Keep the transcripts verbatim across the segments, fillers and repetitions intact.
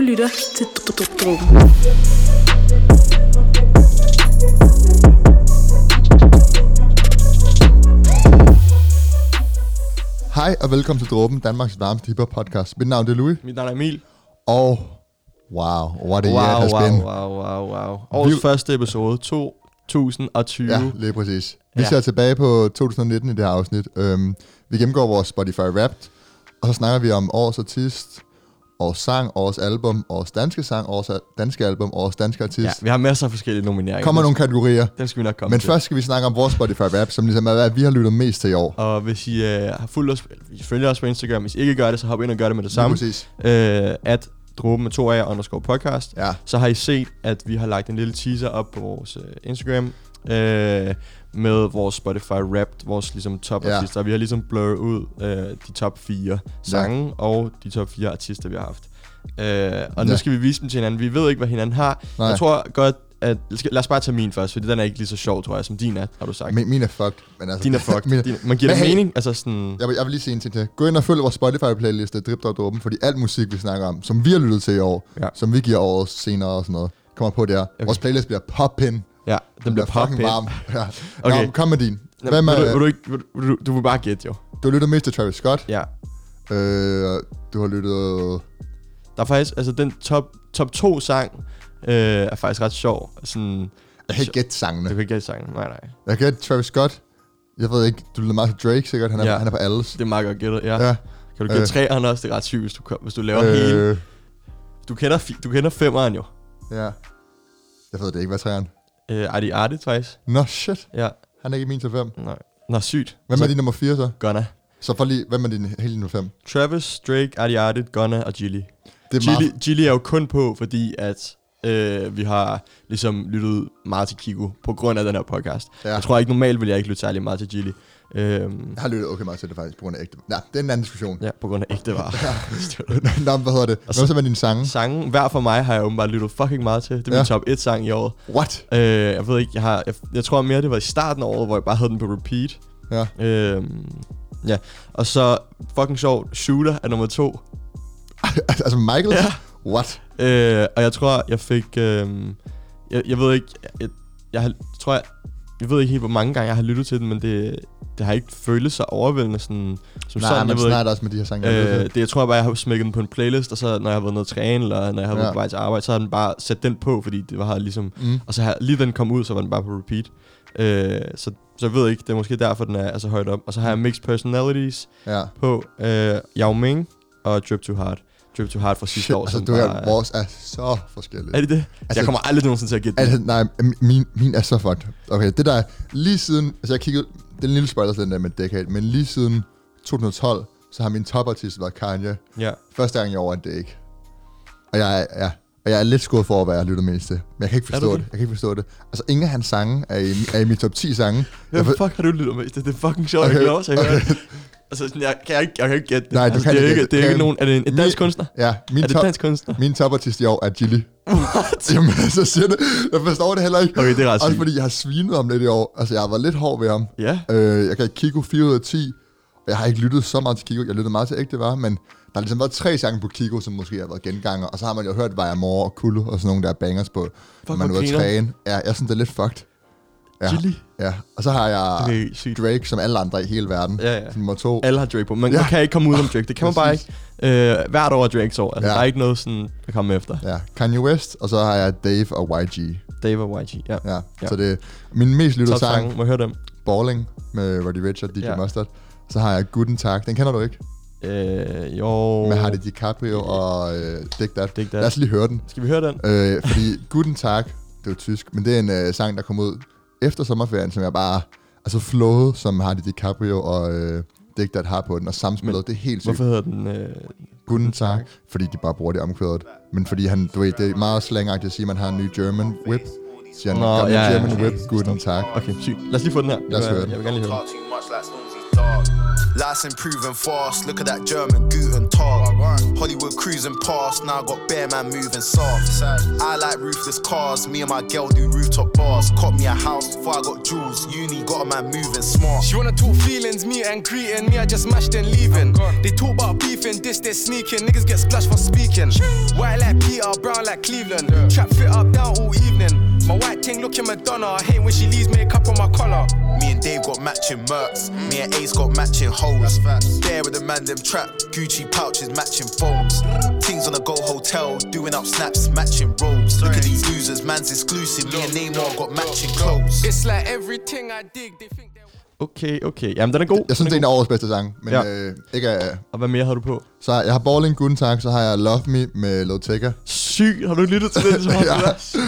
lytter til Dråben. Hej og velkommen til Dråben, Danmarks varmeste hiphop podcast. Mit navn er Louis. Mit navn er Emil. Og wow, what a wow, year it has wow, been. wow, wow, wow. Årets Vi... første episode, to tusind og tyve. Ja, lige præcis. Vi ja. ser tilbage på to tusind og nitten i det her afsnit. Um, vi gennemgår vores Spotify Wrapped, og så snakker vi om årets artist, årets sang, årets album, årets danske sang, årets danske album, årets danske artist. Ja, vi har masser af forskellige nomineringer. Kommer nogle kategorier. Den skal vi nok komme Men til. først skal vi snakke om vores Spotify Wrapped, som ligesom er, hvad vi har lyttet mest til i år. Og hvis I uh, har fulgt os, hvis I følger os på Instagram, hvis I ikke gør det, så hop ind og gør det med det samme. Lige præcis. Uh, at Dråben med to af underscore podcast. Ja. Så har I set, at vi har lagt en lille teaser op på vores uh, Instagram uh, med vores Spotify Wrapped, vores ligesom top Ja. artister. Vi har ligesom blurret ud uh, de top fire sange ja. og de top fire artister, vi har haft. Uh, og nu ja. skal vi vise dem til hinanden. Vi ved ikke, hvad hinanden har. Nej. Jeg tror godt, at... Lad os bare tage min først, fordi den er ikke lige så sjov, tror jeg, som din er, har du sagt. Min, min er fucked. Men altså, din er fucked. min er... Din, man giver det hey, mening. Altså sådan... jeg, vil, jeg vil lige sige en ting til. Gå ind og følg vores Spotify-playliste, Drip Drop Dråben, fordi alt musik, vi snakker om, som vi har lyttet til i år, ja. som vi giver året senere og sådan noget, kommer på der. Okay. Vores playlist bliver poppin'. Ja, den bliver fucking varm. Ja. Okay. Nå, kom med din. Hvem er... Vil du, vil du, ikke, vil du, vil du, du vil bare gætte, jo. Du har lyttet mest til Travis Scott. Ja. Øh, du har lyttet... Der er faktisk, altså den top, top to sang øh, er faktisk ret sjov. Sådan, jeg kan ikke gætte sangene. Du kan ikke gætte sangene, nej nej. Jeg kan gætte Travis Scott. Jeg ved ikke, du lytter meget til Drake sikkert, han er, ja. han er på alles. Det er meget godt gættet, ja. ja. Kan du gætte øh. træerne også, det er ret sygt, hvis du, hvis du laver øh. hele... Du kender, du kender femeren jo. Ja. Jeg ved det ikke, hvad er træerne? Øh, Artie Artie faktisk. Nå, shit. Ja. Han er ikke i min top fem. Nej. Nå, sygt. Hvem er din nummer fire så? Gunna. Så for lige, hvem er din hele nummer fem? Travis, Drake, Artie Artie, Gunna og Gilly. Det er Gilly, meget... Gilly er jo kun på, fordi at øh, vi har ligesom lyttet meget til Kiko på grund af den her podcast. Ja. Jeg tror ikke, normalt vil jeg ikke lytte særlig meget til Gilly. Øhm, jeg har lyttet okay meget til det faktisk, på grund af ægte. Ja, det er en anden diskussion. Ja, på grund af ægte var. Nå, hvad hedder det? Hvad så med dine sange? Sangen, hver for mig har jeg åbenbart lyttet fucking meget til. Det er ja. min top et sang i år. What? Øh, jeg ved ikke, jeg har, jeg, jeg tror mere, det var i starten af året, hvor jeg bare havde den på repeat. Ja. Øhm, ja, og så fucking sjovt, Shooter er nummer to. Altså Michael? Ja. What? Øh, og jeg tror, jeg fik, øh, jeg, jeg ved ikke, jeg, jeg har, tror jeg, jeg ved ikke helt, hvor mange gange jeg har lyttet til den, men det, det har ikke føltes så overvældende sådan, som Nej, sådan. Nej, men sådan er det også med de her sange. Øh, det, jeg tror bare, jeg har smækket den på en playlist, og så når jeg har været nede at træne, eller når jeg har været ja. på vej til arbejde, så har den bare sat den på, fordi det var ligesom, mm. og så har lige den kom ud, så var den bare på repeat. Øh, så, så jeg ved ikke, det er måske derfor, den er altså højt op. Og så har jeg Mixed Personalities ja. på øh, Yao Ming og Drip Too Hard. Drip Too Hard fra sidste Shit, år. Altså, du er, vores er så forskellige. Er det det? Altså, jeg kommer aldrig nogensinde til at gætte det. Altså, nej, min, min er så fucked. Okay, det der lige siden, altså jeg kiggede, det er en lille spoiler den der med Decade, men lige siden to tusind og tolv, så har min topartist været Kanye. Ja. Første gang i år, det ikke. Og jeg, ja, og jeg er lidt skuffet for, hvad jeg lytter mest til. Men jeg kan ikke forstå det? det. Jeg kan ikke forstå det. Altså, ingen af hans sange er i, er i min top ti sange. Hvad for... fuck har du lyttet mest til? Det er fucking sjovt, okay. Jeg glæder sig. Okay. Altså, jeg kan, jeg, jeg kan ikke gætte det. Nej, du altså, kan det er ikke. ikke. Det er ikke nogen... Er det en, en dansk min, kunstner? Ja. Min er det top, dansk kunstner? Min topartist i år er Gilly. What? Jamen, så siger det. Jeg forstår det heller ikke. Okay, det er ret sygt. Også fordi jeg har svinet om lidt i år. Altså, jeg har været lidt hård ved ham. Ja. Øh, jeg kan Kiko fire ud af ti. Og jeg har ikke lyttet så meget til Kiko. Jeg lyttede meget til Ægte Var, men der har ligesom været tre sange på Kiko, som måske har været genganger. Og så har man jo hørt Vejr Mor og Kulde og sådan nogle der bangers på. Fuck, når man er ude at træne. Ja, jeg synes, det er lidt fucked. Ja. Gilly? Ja, og så har jeg okay, Drake, som alle andre i hele verden. Ja, ja. Nummer to. Alle har Drake på. Man, ja. man kan ikke komme ud om Drake. Det kan man bare ikke. Øh, hvert år er Drakes år. Altså, ja. Der er ikke noget sådan, at komme efter. Ja, Kanye West, og så har jeg Dave og Y G. Dave og Y G, ja. Ja, ja. Så det er min mest lyttede sang. sang. Må jeg høre dem? Balling med Roddy Ricch og D J ja. Mustard. Så har jeg Guten Tag. Den kender du ikke? Øh, jo. Med Hardy DiCaprio og øh, Dig That. Dig That. Lad os lige høre den. Skal vi høre den? Øh, fordi Guten Tag, det er jo tysk, men det er en øh, sang, der kom ud efter sommerferien, som jeg bare, altså flowet, som Hardy DiCaprio og øh, Dig That har på den, og samspillet, det er helt sygt. Hvorfor hedder den øh, Guten Tag? Fordi de bare bruger det omkvædet. Men fordi han, du ved, det er meget slangagtigt at sige, at man har en ny German whip. Siger han, Nå, ja, ja, German ja. whip, Guten Tag. Okay, sygt. Lad os lige få den her. Lad os høre den. Jeg vil gerne lige høre den. Life's improving fast, look at that German Guten Tag. Hollywood cruising past, now I got bare man moving soft. I like roofless cars, me and my girl do rooftop bars. Caught me a house before I got jewels, uni got a man moving smart. She wanna talk feelings, meet and greeting, me I just mashed and leaving. They talk about beefing, this they sneaking, niggas get splashed for speaking. White like Peter, brown like Cleveland, yeah. Trap fit up down all evening. My white ting looking Madonna, I hate when she leaves makeup on my collar. Me and Dave got matching mercs, mm. me and Ace got matching hoes. There with the man them trap, Gucci pouches matching phones. Things on the Go Hotel, doing up snaps, matching robes. Look at these losers, man's exclusive, me and Neymar got matching clothes. It's like everything I dig, they think they're... Okay, okay. Jamen, den er god. Jeg synes, det er en af årets bedste sang, men ja. øh, ikke... Øh. Og hvad mere har du på? Så jeg har Balling Good Tak, så har jeg Love Me med Lil Tecca. Sygt, har du lyttet til den? Så ja.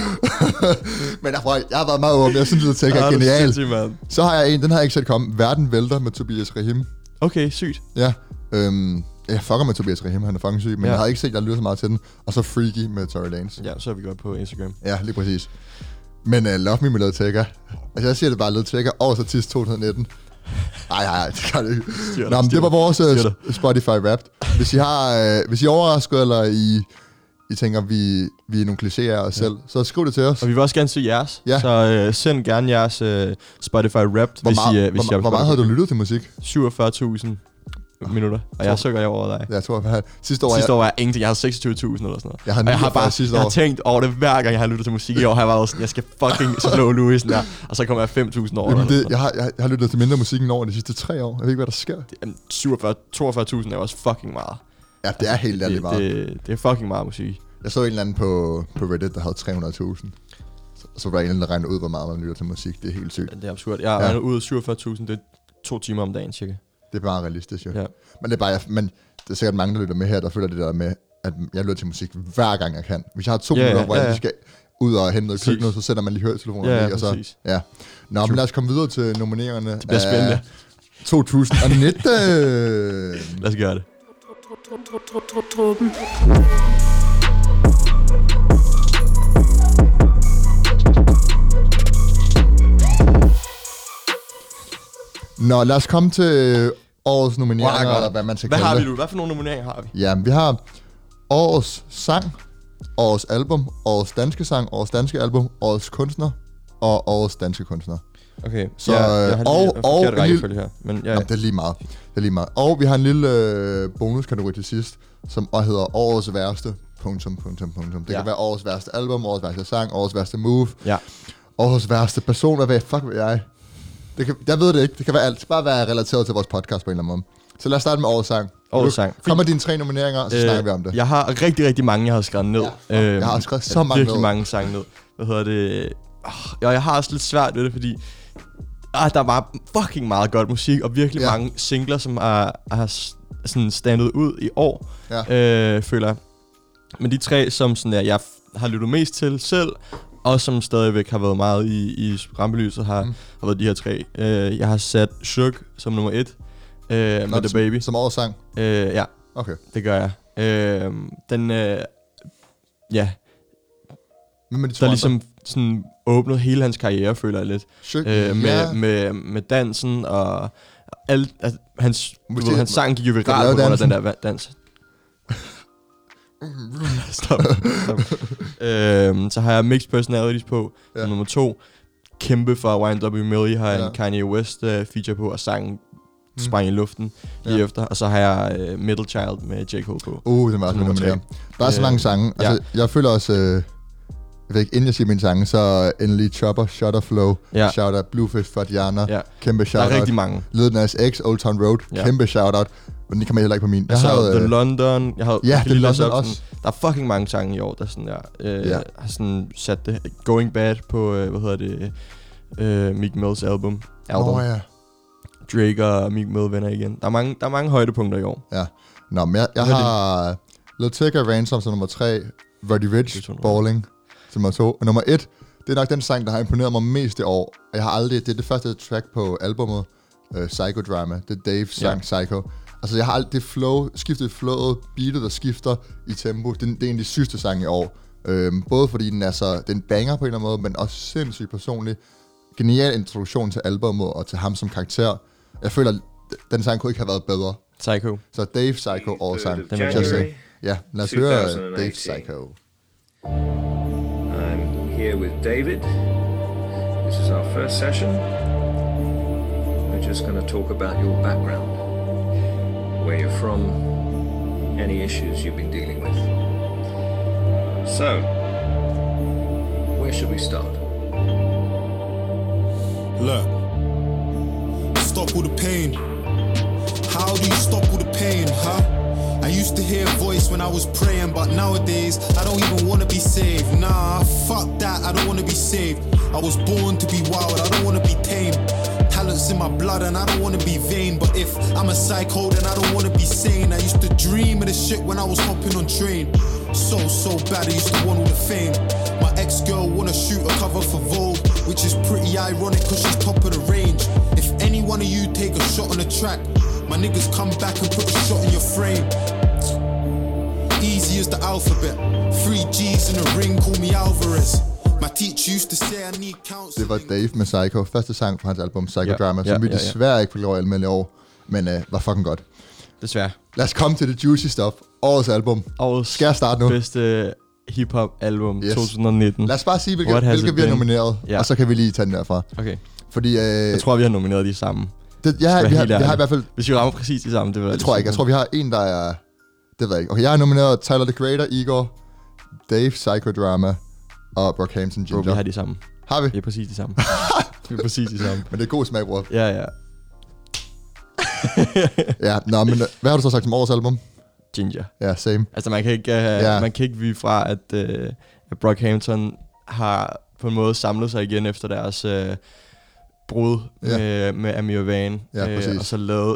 Men jeg, jeg har været meget åben, jeg synes, Lil Tecca er genial. Så har jeg en, den har jeg ikke set komme, Verden Vælter med Tobias Rahim. Okay, sygt. Ja, øhm, jeg fucker med Tobias Rahim, han er fucking syg, men ja. jeg har ikke set, jeg lytter så meget til den. Og så Freaky med Tory Lanez. Ja, så er vi godt på Instagram. Ja, lige præcis. Men uh, Love Me med Lil Tecca. Altså jeg siger det bare, Lil Tecca, årets artist to tusind nitten. Nej, nej, det kan det ikke. Styr Nå, men det var vores uh, Spotify Wrapped. Hvis I har, uh, hvis I er overrasket, eller I, I tænker, vi, vi er nogle klichéer af os ja. selv, så skriv det til os. Og vi vil også gerne se jeres, ja. så uh, send gerne jeres uh, Spotify Wrapped. Hvor, hvis meget, I, uh, hvis hvor, I hvor meget havde du lyttet til musik? syvogfyrre tusind minutter, og jeg søger over dig. Jeg tror, jeg sidste år, sidste jeg... år var jeg ingenting. Jeg havde seksogtyve tusind eller sådan noget. Jeg har, jeg har bare sidste jeg år. har tænkt over det hver gang, jeg har lyttet til musik i år. Har jeg været sådan, jeg skal fucking slå Louis der, og så kommer jeg fem tusind år. Jamen det, jeg, har, jeg, jeg har lyttet til mindre musik end over de sidste tre år. Jeg ved ikke, hvad der sker. syvogfyrre, toogfyrre tusind er også fucking meget. Ja, det er helt ærligt meget. Det, det er fucking meget musik. Jeg så en eller anden på, på Reddit, der havde tre hundrede tusind. Så, så var der en eller anden, der regnede ud, hvor meget man lytter til musik. Det er helt sygt. Ja, det er absurd. Jeg har regnet ud af syvogfyrre tusind, det er to timer om dagen cirka. Det er bare realistisk, jo. Ja. Men det er bare, jeg, men det er sikkert mange, der lytter med her, der føler det der med, at jeg lytter til musik hver gang jeg kan. Hvis jeg har to ja, minutter, ja, hvor ja, jeg ja. skal ud og hente noget i køkkenet, så sætter man lige høretelefoner ja, med, og så... præcis. Ja. Nå, men lad os komme videre til nomineringerne. Det bliver spændende. to tusind nitten. Lad os gøre det. Nå, lad os komme til årets nomineringer, wow, eller hvad man skal hvad kalde har det. vi nu? Hvad for nogle nomineringer har vi? Ja, vi har årets sang, årets album, årets danske sang, årets danske album, årets kunstner og årets danske kunstner. Okay, så, ja, jeg har og, lige, og, og lille, her. Men, ja, ja. Jamen, det er lige meget. Det er lige meget. Og vi har en lille øh, bonuskategori til sidst, som også hedder årets værste. Punktum, punktum, punktum. Det ja. kan være årets værste album, årets værste sang, årets værste move, ja. årets værste person. Hvad ved fuck ved jeg? Det kan, jeg ved det ikke. Det kan være alt. Bare være relateret til vores podcast på en eller anden måde. Så lad os starte med årets sang. Årets sang. Kommer dine tre nomineringer, og så øh, snakker vi om det. Jeg har rigtig, rigtig mange, jeg har skrevet ned. Ja, øhm, jeg har skrevet så mange virkelig ned. mange sange ned. Hvad hedder det? Oh, ja, jeg har også lidt svært ved det, fordi ah, der var fucking meget godt musik, og virkelig ja. mange singler, som har, har sådan standet ud i år, ja. øh, føler jeg. Men de tre, som sådan, ja, jeg har lyttet mest til selv, og som stadigvæk har været meget i, i rampelyset, har, mm. har været de her tre. Uh, jeg har sat Shook som nummer et, uh, med Nå, The Baby. Som årets sang? Uh, ja, okay. Det gør jeg. Uh, den, uh, ja, Men med de der ligesom sådan åbnede hele hans karriere, føler jeg lidt. Shook, uh, med, ja. med, med dansen, og alt, altså, hans, ved, hans sang gik jo viralt på grund af den der dans. Stop. Stop. øhm, så har jeg Mixed Personalities på ja. nummer to. Kæmpe for Y N W Millie har ja. en Kanye West uh, feature på, og sangen mm. sprang i luften lige ja. efter. Og så har jeg uh, Middle Child med J. Cole på. Uh, det var også nummer tre. Der er så mange sange. Altså, ja. Jeg føler også... Øh, jeg ved ikke, inden jeg siger mine sange, så endelig Chopper, Shutter Flow, ja. Shout Out, Bluefish, Fatiana, ja. Kæmpe shout out. Der er rigtig mange. Lil Nas X, Old Town Road, ja. Kæmpe shout out. Men det kan man heller ikke på min. Jeg har The øh... London, jeg har ja, The London også. Sådan, der er fucking mange sange i år, der sådan der, øh, ja. har sådan sat det. Going Bad på, øh, hvad hedder det, øh, Meek Mills album. album. Oh, ja. Drake og Meek Mill venner igen. Der er mange, der er mange højdepunkter i år. Ja. Nå, men jeg, jeg har Lil Tecca, Ransom som nummer tre, Roddy Ricch, Balling som nummer to. Og nummer et, det er nok den sang, der har imponeret mig mest i år. Jeg har aldrig, det er det første track på albumet, uh, Psychodrama. Det er Dave's sang, ja. Psycho. Altså, jeg har aldrig det flow, skiftet i flowet, beatet, der skifter i tempo. Det, det er en af de sygeste sange i år. Øhm, både fordi den er så, den banger på en eller anden måde, men også sindssygt personlig. Genial introduktion til albumet og til ham som karakter. Jeg føler, den sang kunne ikke have været bedre. Psycho. Så Dave Psycho og sang. Den er Ja, lad os høre Dave Psycho. I'm here with David. This is our first session. We're just going to talk about your background, where you're from, any issues you've been dealing with. So, where should we start? Look, stop all the pain. How do you stop all the pain, huh? I used to hear a voice when I was praying, but nowadays I don't even wanna be saved. Nah, fuck that, I don't wanna be saved. I was born to be wild, I don't wanna be tame. Talents in my blood and I don't wanna be vain. But if I'm a psycho, then I don't wanna be sane. I used to dream of this shit when I was hopping on train. So, so bad, I used to want all the fame. My ex-girl wanna shoot a cover for Vogue, which is pretty ironic cause she's top of the range. If any one of you take a shot on the track, my niggas come back and put a shot in your frame. Easy as the alphabet. Three G's in a ring, call me Alvarez. My teacher used to say I need counseling. Det var Dave med Psycho, første sang fra hans album Psychodrama, ja, som vi ja, ja. desværre ikke fik lov at anmelde i år, men uh, var fucking godt. Desværre. Lad os komme til det juicy stuff. Årets album. Årets Skal jeg starte nu? bedste hip-hop album Yes. to tusind nitten. Lad os bare sige, hvilke, What has hvilke it vi har been? nomineret, Ja. og så kan vi lige tage den derfra. Okay. Fordi, øh, Jeg tror, vi har nomineret de samme. det, jeg, Skal vi, har, være helt vi har i ærlig. hvert fald, Hvis vi rammer præcis de samme, det vil jeg tror ikke, jeg tror vi har en, der er, det ved jeg ikke. Okay, jeg har nomineret Tyler, The Creator, Igor, Dave, Psychodrama og Brockhampton, Bro, Ginger. vi har de samme. Har vi? Det er præcis de samme. Det er præcis de samme. Men det er god smag, bror. Ja, ja. Ja, nå, men øh, hvad har du så sagt som årets album? Ginger. Ja, same. Altså, man kan ikke, uh, Ja. man kan ikke vige fra, at, uh, at Brockhampton har på en måde samlet sig igen efter deres uh, brud Ja. med, med Amir Van. Ja, præcis. og så lavet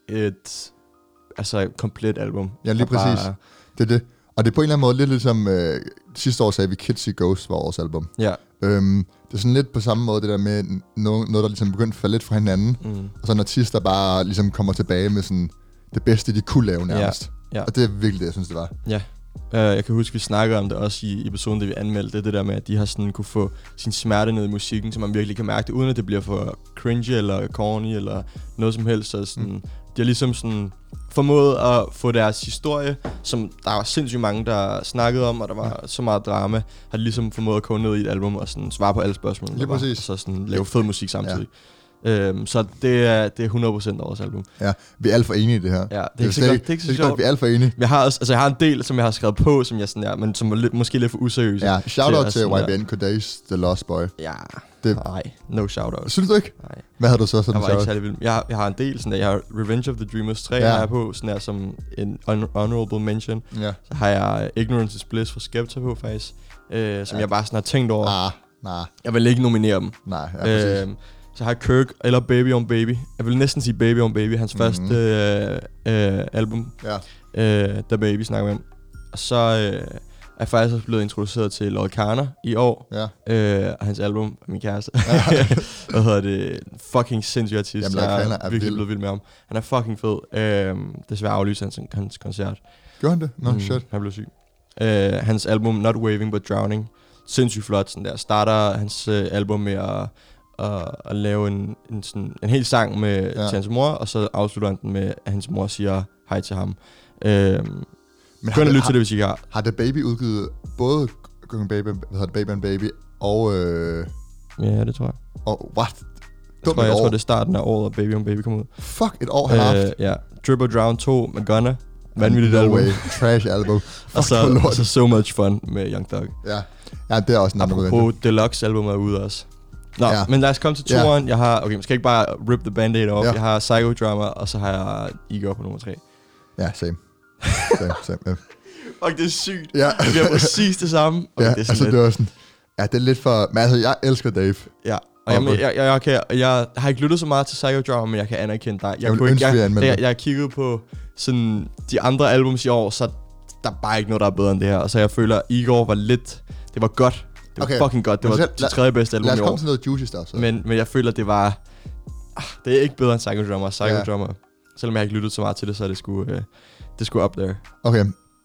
et altså, komplet album. Ja, lige Og bare- præcis. Det er det. Og det er på en eller anden måde lidt ligesom, øh, sidste år sagde vi Kids See Ghosts var årets album. Ja. Øhm, det er sådan lidt på samme måde, det der med noget, noget der ligesom begyndte at falde lidt fra hinanden. Mm. Og så en artist, der bare ligesom kommer tilbage med sådan det bedste, de kunne lave nærmest. Ja. Og det er virkelig det, jeg synes, det var. Ja. Uh, jeg kan huske, vi snakkede om det også i episoden, da vi anmeldte det, det der med, at de har sådan kunne få sin smerte ned i musikken, så man virkelig kan mærke det, uden at det bliver for cringy eller corny eller noget som helst. Så sådan, mm. de har ligesom sådan formået at få deres historie, som der var sindssygt mange, der snakkede om, og der var så meget drama, har de ligesom formået at koge ned i et album og sådan svare på alle spørgsmål. Lige der var, præcis. og så sådan lave fed musik samtidig. Ja. Um, så det er, det er hundrede procent årets album. Ja, vi er alt for enige i det her. Ja, det er det ikke så slet godt, det er ikke så det er godt, sjovt. vi er alt for enige. Men jeg har også, altså jeg har en del, som jeg har skrevet på, som jeg sådan er, men som er lidt, måske lidt for useriøse. Ja, shout-out at til sådan Y B N Kodays, The Lost Boy. Ja, Det- nej, no shout-out. Synes du ikke? Nej, Hvad havde du så jeg sådan var ikke shout-out? særlig vild. Jeg, har- jeg har en del, sådan der, jeg har Revenge of the Dreamers tre, Ja. ja. har jeg på, sådan der som en hon- honorable mention. Ja. Så har jeg Ignorance is Bliss fra Skepta på faktisk, øh, som Ja. jeg bare sådan har tænkt over. Ah, nej, Jeg vil ikke nominere dem. nej, ja, præcis. Øh, så har jeg Kirk eller Baby on Baby. Jeg vil næsten sige Baby on Baby, hans Mhm. første øh, øh, album. Ja. øh, The Baby snakker vi om. Og så øh, er jeg faktisk også blevet introduceret til Lord Kana i år. Ja. Øh, og hans album, min kæreste. Hvad hedder det? Fucking sindssyg artist. Jamen, Lord jeg Kana er virkelig vild. blevet vild med ham. Han er fucking fed. Øh, desværre aflyste hans, hans koncert. Gjorde han det? Nå, Mm, shit. Han blev syg. Øh, hans album Not Waving But Drowning. Sindssygt flot. Sådan der. Starter hans øh, album med at, at, at lave en, en, sådan, en hel sang med Ja. ja. til hans mor, og så afslutter han den med, at hans mor siger hej til ham. Øh, Men Gå ind og lyt har, til det, hvis I ikke har. har The Baby udgivet både Going Baby, hvad hedder det, Baby and Baby og, øh, Ja, det tror jeg. og what? Jeg tror, jeg, år. tror, det er starten af året, at Baby on Baby kom ud. Fuck, et år han har haft. Øh, ja. Drip or Drown to med Gunna. Vanvittigt No album. way. Trash album. Og Fuck, så, hvor og lort. så So Much Fun med Young Thug. Ja. Ja, det er også en anden Apropos Deluxe album er ude også. Nå, Ja. ja. men lad os komme til Ja. toeren. Jeg har, okay, man skal ikke bare rip the band-aid off. Ja. Ja. Jeg har Psychodrama, og så har jeg Igor på nummer tre. Ja, same. Same, same. Ja. Og det er sygt. Ja. Vi har præcis det samme. Okay, Ja, det er sådan altså lidt. det var sådan... Ja, det er lidt for... Men altså, jeg elsker Dave. Ja. Og jeg, jeg, jeg, jeg, kan, jeg har ikke lyttet så meget til Psychodrama, men jeg kan anerkende dig. Jeg, Jeg vil kunne ikke, ønske, vi jeg, anmeldte jeg, det. jeg har kigget på sådan de andre albums i år, så der er bare ikke noget, der er bedre end det her. Og så jeg føler, Igor var lidt... Det var godt. Det var Okay. fucking godt. Det Men var så- det lad- tredje bedste album Lad os i år. komme til noget juicy stuff, så. Men, men jeg føler, det var... Ah, det er ikke bedre end Psychodrama. Psychodrama. Ja. Selvom jeg har ikke lyttet så meget til det, så er det sgu, øh, det sgu up there. Okay.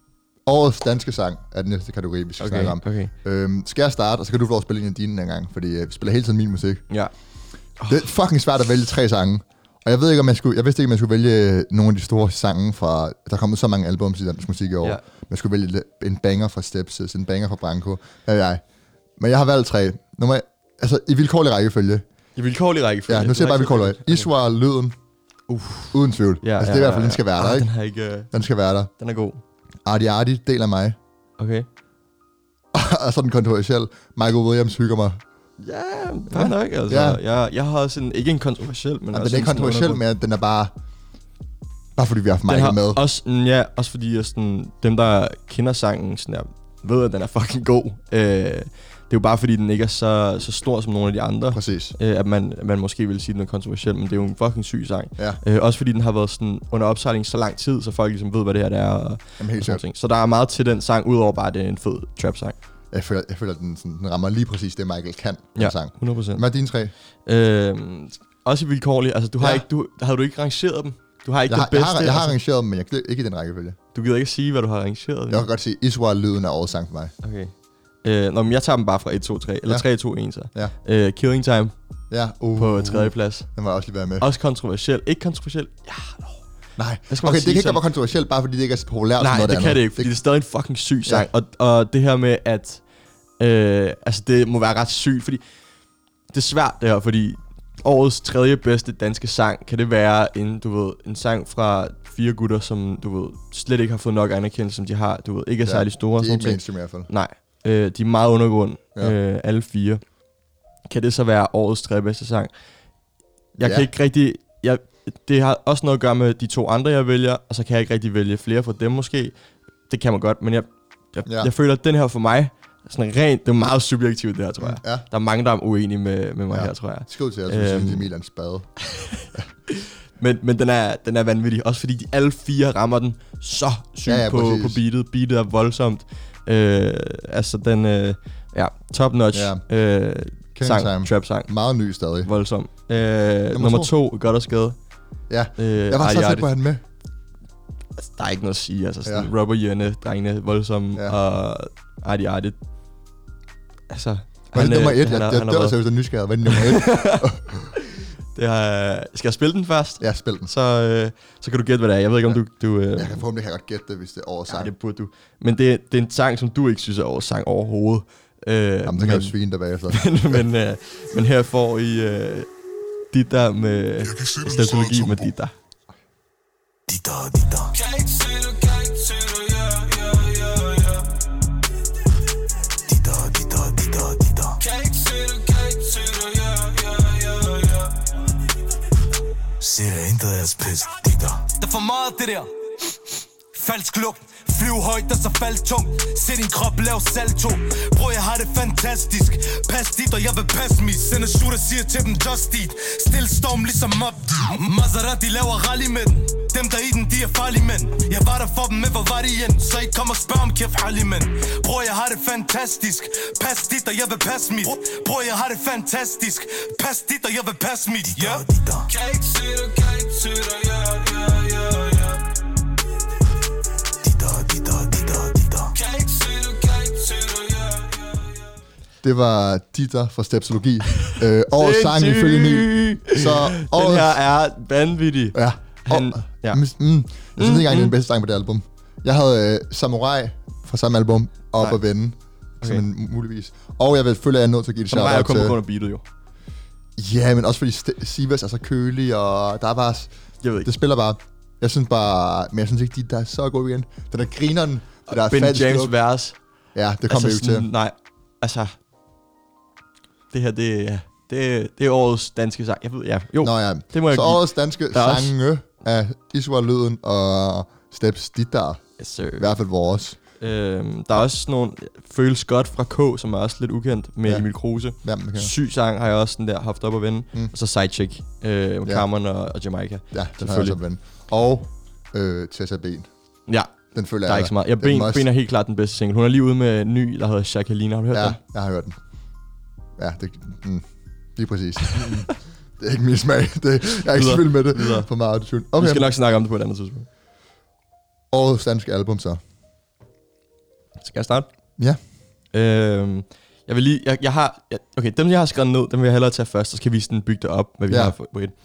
Årets danske sang er den næste kategori, vi skal Okay, snakke om. okay. Øhm, skal jeg starte, og så kan du få lov at spille en af dine den gang, fordi øh, vi spiller hele tiden min musik. Ja. Det er fucking svært at vælge tre sange. Og jeg ved ikke, om jeg skulle, jeg vidste ikke, om jeg skulle vælge nogle af de store sange fra, der er kommet så mange albums i dansk musik i år. Ja. Jeg skulle vælge en banger fra Steps, en banger fra Branko. Hvad ved jeg? Men jeg har valgt tre. Nummer, altså i vilkårlig rækkefølge. I vilkårlig rækkefølge? Ja, nu siger jeg bare vilkårlig rækkefølge. Iswar, Lyden. Uff. Uden tvivl. Ja, altså, det er ja, i hvert fald, ja, den skal være der, ikke? Den, er ikke uh... den skal være der. Den er god. Arti Arti, Del af mig. Okay. Og så den kontroversiel. Michael Williams hygger mig. Ja, fair nok. Altså, ja. jeg, jeg har også en, ikke en kontroversiel, men... Ja, den er ikke kontroversiel, men den er bare... Bare fordi vi har haft Michael med. Også, ja, også fordi jeg sådan, dem, der kender sangen, sådan der, ved, at den er fucking god. Øh, det er jo bare fordi, den ikke er så, så stor som nogle af de andre. Præcis. Øh, at man, man måske vil sige, at den er kontroversiel, men det er jo en fucking syg sang. Ja. Øh, også fordi den har været sådan under opsejling så lang tid, så folk ligesom ved, hvad det her det er. Og, Jamen, helt og ting. Så der er meget til den sang, udover bare, at det er en fed trap-sang. Jeg føler, jeg føler at den, sådan, den rammer lige præcis det, Michael kan. Ja, sang. hundrede procent. Hvad er dine tre? Øh, også i vilkårlig. Altså, du har ja. ikke, du, havde du ikke rangeret dem? Du har ikke jeg det har, bedste. Jeg har, jeg har altså. rangeret dem, men jeg kan ikke i den rækkefølge. Du gider ikke sige, hvad du har rangeret? Jeg kan godt sige, Iswar, Lyden er årets sang for mig. Okay. Øh, nå, men jeg tager dem bare fra et, to, tre. Eller ja. tre, to, en så. Ja. Øh, Killing Time. Ja. Uh, på tredje plads. Den var også lige været med. Også kontroversiel. Ikke kontroversiel. Ja, no. Nej. Okay, det kan ikke være kontroversielt, bare fordi det ikke er så populært. Nej, som noget det kan andet. det ikke, fordi det, det er stadig en fucking syg sang. Ja. Og, og det her med, at... Øh, altså, det må være ret sygt, fordi... Det er svært, det her, fordi... Årets tredje bedste danske sang, kan det være en, du ved, en sang fra fire gutter, som du ved, slet ikke har fået nok anerkendelse, som de har, du ved, ikke er ja, særlig store. De er ikke mainstream i hvert fald. Nej, øh, de er meget undergrund, ja. øh, alle fire. Kan det så være årets tredje bedste sang? Jeg ja. kan ikke rigtig, jeg, det har også noget at gøre med de to andre, jeg vælger, og så kan jeg ikke rigtig vælge flere fra dem måske. Det kan man godt, men jeg, jeg, ja. jeg føler, at den her for mig, sådan rent, det er meget subjektivt det her, tror jeg. Ja. Der er mange, der er uenige med, med mig ja. her, tror jeg. Skriv til os, hvis øhm. Emilian spade. men men den, er, den er vanvittig, også fordi de alle fire rammer den så sygt ja, ja, på, på beatet. Beatet er voldsomt. Øh, altså den, øh, ja, top notch ja. øh, sang, trap sang. Meget ny stadig. Voldsom. Øh, nummer, nummer to, to Godt og Skade. Ja, øh, jeg var så tæt på han med. Altså, der er ikke noget at sige, altså sådan ja. Rubber Hjerne, drengene, voldsomme, ja. og Arti Arti. Altså, hvad er det nummer et? Jeg, jeg, jeg dør seriøst af nysgerrighed. Hvad er det nummer et? det er, skal jeg spille den først? Ja, spil den. Så, øh, så kan du gætte, hvad det er. Jeg ved ikke, om du... du øh, jeg kan forhåbentlig kan godt gætte det, hvis det er årets sang. Ja, det burde du. Men det, det er en sang, som du ikke synes er årets sang overhovedet. Øh, Jamen, det kan jo svine der bagefter. men, men, øh, men her får I øh, Dita med Stepsologi med Dita. Dita, Dita. Kan ikke se du, kan ikke se du, ja, ja, ja, ja. Dita, Dita, Dita, Dita. Kan ikke se du, kan ikke se du, ja, ja, ja, ja. Se det ikke deres pis, Dita. Der er for meget det der. Falsk lugt. Flyv højt og så fald tungt. Se din krop lav salto. Bror jeg har det fantastisk. Pas dit og jeg vil passe mig. Sende shooter siger til dem just eat. Stil storm ligesom op. Maserati laver rally med den. Dem der i den de er farlige mænd. Jeg var der for dem med hvor var de igen. Så I kom og spørg om kæft harlig mænd. Bror jeg har det fantastisk. Pas dit og jeg vil passe mig. Bror jeg har det fantastisk. Pas dit og jeg vil passe mig. Ja. Kan ikke se dig, kan ikke se dig. Ja, ja, ja, ja. Det var Dita fra Stepsologi. øh, årets sang ifølge mig. Så årets... Den her er vanvittig. Ja. Han, og, ja. Mm, jeg synes mm, ikke engang, det er den bedste sang på det album. Jeg havde øh, Samurai fra samme album op Nej. At vende. Okay. Som en, muligvis. Og jeg vil føle, at jeg er nødt til at give det shout-out til... Samurai er kun på grund af beatet, jo. Ja, men også fordi St- Sivas er så kølig, og der er bare... Jeg ved ikke. Det spiller bare... Jeg synes bare... Men jeg synes ikke, de der er så gode igen. Den der grineren, det der er Ben James vers. Ja, det kommer altså, vi jo ikke til. Nej, altså... Det her, det er... Det, det er årets danske sang. Jeg ved, ja. Jo, Nå, ja. det må jeg så give. årets danske sange også... af Iswar, Lyden og Steps Dita. Yes, sir. I hvert fald vores. Øhm, der er også nogle Føles Godt fra K, som er også lidt ukendt med ja. Emil Kruse. Ja, okay. Syg sang har jeg også den der haft op at vende. Mm. Og så Sidechick øh, med ja. Cameron og, og Jamaica. Ja, den har jeg også op at vende. Og øh, Tessa Ben. Ja. Den føler der er jeg. ikke så meget. Ja, Ben, Ben er helt klart den bedste single. Hun er lige ude med en ny, der hedder Jacqueline. Har du hørt ja, den? Ja, jeg har hørt den. Ja, det mm, lige præcis. Det er ikke min smag. Det, jeg er ikke så vild med det. Videre. For meget autotune. Okay. Vi skal nok snakke om det på et andet tidspunkt. Årets danske album så. Skal jeg starte? Ja. Øhm, jeg vil lige... Jeg, jeg har... Jeg, okay, dem jeg har skrevet ned, dem vil jeg hellere tage først, så skal vi sådan bygge det op, hvad vi ja. har på et.